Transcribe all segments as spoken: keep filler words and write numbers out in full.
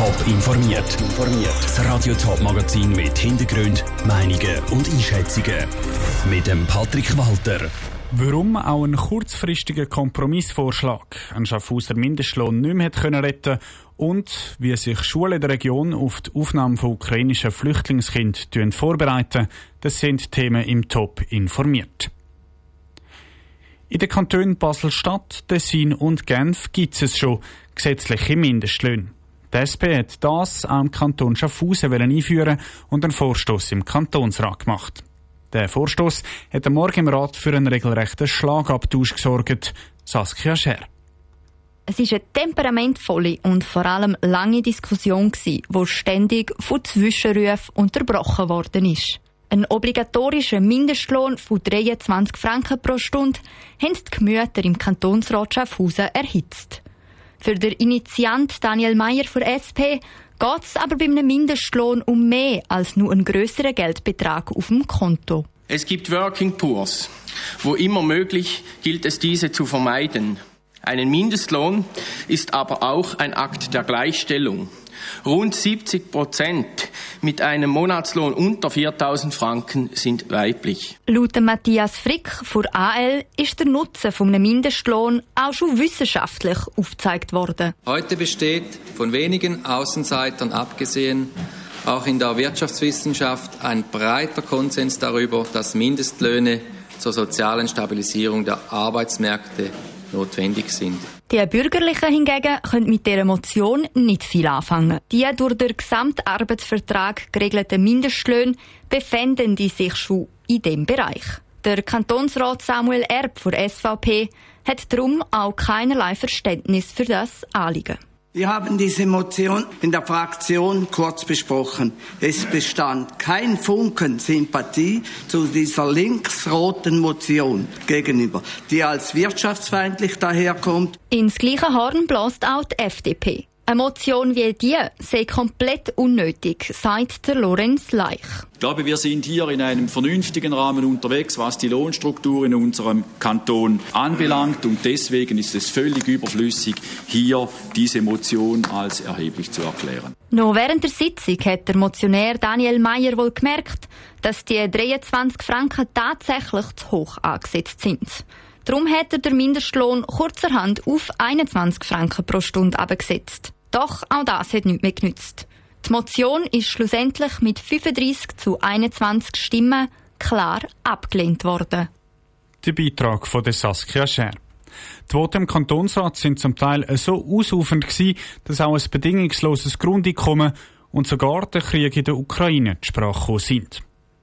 Top informiert. Das Radio Top Magazin mit Hintergrund, Meinungen und Einschätzungen. Mit dem Patrick Walter. Warum auch ein kurzfristiger Kompromissvorschlag einen Schaffhauser Mindestlohn nicht mehr retten konnte und wie sich Schulen der Region auf die Aufnahme von ukrainischen Flüchtlingskindern vorbereiten, das sind Themen im Top informiert. In den Kantonen Basel-Stadt, Tessin und Genf gibt es schon gesetzliche Mindestlöhne. Die S P hat das auch im Kanton Schaffhausen einführen und einen Vorstoss im Kantonsrat gemacht. Der Vorstoss hat am Morgen im Rat für einen regelrechten Schlagabtausch gesorgt. Saskia Scher. Es war eine temperamentvolle und vor allem lange Diskussion, die ständig von Zwischenrufen unterbrochen worden ist. Ein obligatorischer Mindestlohn von dreiundzwanzig Franken pro Stunde haben die Gemüter im Kantonsrat Schaffhausen erhitzt. Für den Initiant Daniel Meyer von der S P geht es aber bei einem Mindestlohn um mehr als nur einen grösseren Geldbetrag auf dem Konto. Es gibt Working Poors. Wo immer möglich, gilt es, diese zu vermeiden. Ein Mindestlohn ist aber auch ein Akt der Gleichstellung. Rund siebzig Prozent mit einem Monatslohn unter viertausend Franken sind weiblich. Laut Matthias Frick von A L ist der Nutzen von einem Mindestlohn auch schon wissenschaftlich aufgezeigt worden. Heute besteht, von wenigen Außenseitern abgesehen, auch in der Wirtschaftswissenschaft ein breiter Konsens darüber, dass Mindestlöhne zur sozialen Stabilisierung der Arbeitsmärkte notwendig sind. Die Bürgerlichen hingegen können mit dieser Motion nicht viel anfangen. Die durch den Gesamtarbeitsvertrag geregelten Mindestlöhne befinden die sich schon in diesem Bereich. Der Kantonsrat Samuel Erb von der S V P hat darum auch keinerlei Verständnis für das Anliegen. Wir haben diese Motion in der Fraktion kurz besprochen. Es bestand kein Funken Sympathie zu dieser linksroten Motion gegenüber, die als wirtschaftsfeindlich daherkommt. Ins gleiche Horn bläst auch die F D P. Eine Motion wie die sei komplett unnötig, sagt der Lorenz Leich. Ich glaube, wir sind hier in einem vernünftigen Rahmen unterwegs, was die Lohnstruktur in unserem Kanton anbelangt. Und deswegen ist es völlig überflüssig, hier diese Motion als erheblich zu erklären. Noch während der Sitzung hat der Motionär Daniel Meyer wohl gemerkt, dass die dreiundzwanzig Franken tatsächlich zu hoch angesetzt sind. Darum hat er den Mindestlohn kurzerhand auf einundzwanzig Franken pro Stunde abgesetzt. Doch auch das hat nichts mehr genützt. Die Motion ist schlussendlich mit fünfunddreissig zu einundzwanzig Stimmen klar abgelehnt worden. Der Beitrag von der Saskia Scher. Die Voten im Kantonsrat sind zum Teil so ausufernd gewesen, dass auch ein bedingungsloses Grundeinkommen und sogar der Krieg in der Ukraine zur Sprache gekommen sind.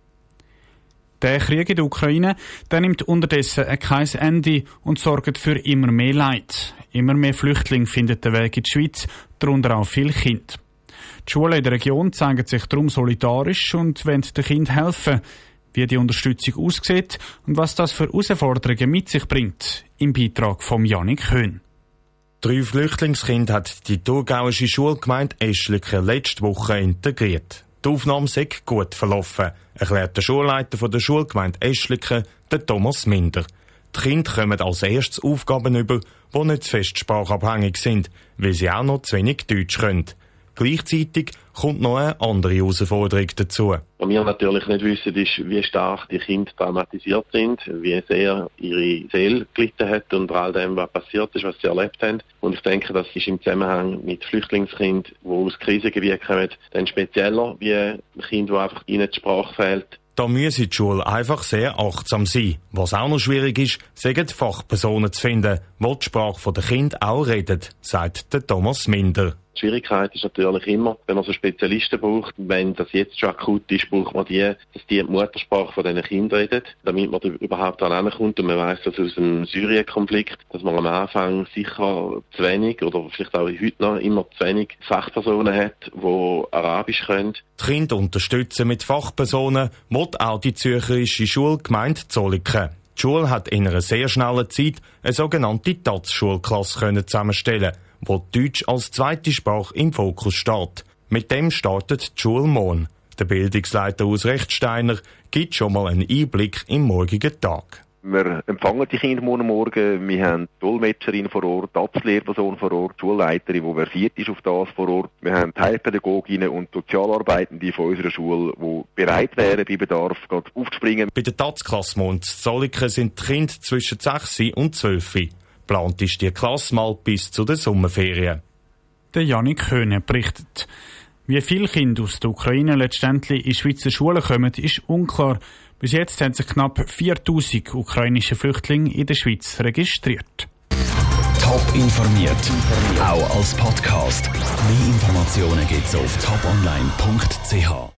Der Krieg in der Ukraine, der nimmt unterdessen kein Ende und sorgt für immer mehr Leid. Immer mehr Flüchtlinge finden den Weg in die Schweiz, darunter auch viele Kinder. Die Schulen in der Region zeigen sich darum solidarisch und wollen den Kindern helfen. Wie die Unterstützung aussieht und was das für Herausforderungen mit sich bringt, im Beitrag von Janik Höhn. Drei Flüchtlingskinder hat die thurgauische Schulgemeinde Eschliken letzte Woche integriert. Die Aufnahme sei gut verlaufen, erklärt der Schulleiter der Schulgemeinde Eschliken, der Thomas Minder. Die Kinder kommen als erstes Aufgaben über, die nicht zu fest sprachabhängig sind, weil sie auch noch zu wenig Deutsch können. Gleichzeitig kommt noch eine andere Herausforderung dazu. Was wir natürlich nicht wissen, ist, wie stark die Kinder traumatisiert sind, wie sehr ihre Seele gelitten hat unter all dem, was passiert ist, was sie erlebt haben. Und ich denke, das ist im Zusammenhang mit Flüchtlingskindern, die aus Krisengebieten kommen, dann spezieller wie Kinder, die einfach ihnen die Sprache fehlt. Da müsse die Schule einfach sehr achtsam sein. Was auch noch schwierig ist, sind Fachpersonen zu finden, die die Sprache der Kinder auch reden, sagt der Thomas Minder. Die Schwierigkeit ist natürlich immer, wenn man so Spezialisten braucht, wenn das jetzt schon akut ist, braucht man die, dass die die Muttersprache von diesen Kindern reden, damit man überhaupt daran kommt. Und man weiss, dass aus dem Syrien-Konflikt, dass man am Anfang sicher zu wenig oder vielleicht auch heute noch immer zu wenig Fachpersonen hat, die Arabisch können. Die Kinder unterstützen mit Fachpersonen, will auch die zürcherische Schulgemeinde Zolliken. Die Schule hat in einer sehr schnellen Zeit eine sogenannte T A Z-Schulklasse zusammenstellen, wo Deutsch als zweite Sprache im Fokus steht. Mit dem startet die Schule morgen. Der Bildungsleiter aus Rechtsteiner gibt schon mal einen Einblick im morgigen Tag. Wir empfangen die Kinder morgen Morgen. Wir haben die Dolmetscherin vor Ort, die Abschlusslehrperson vor Ort, die Schulleiterin, die versiert ist auf das vor Ort. Wir haben Teilpädagoginnen und Sozialarbeitende von unserer Schule, die bereit wären, bei Bedarf gerade aufzuspringen. Bei der Taz-Klasse Mond Zolliken sind die Kinder zwischen sechs und zwölf. Geplant ist die Klasse mal bis zu den Sommerferien. Der Jannik Höhne berichtet. Wie viele Kinder aus der Ukraine letztendlich in Schweizer Schulen kommen, ist unklar. Bis jetzt haben sich knapp viertausend ukrainische Flüchtlinge in der Schweiz registriert. Top informiert, auch als Podcast. Mehr Informationen gibt's auf top online punkt c h.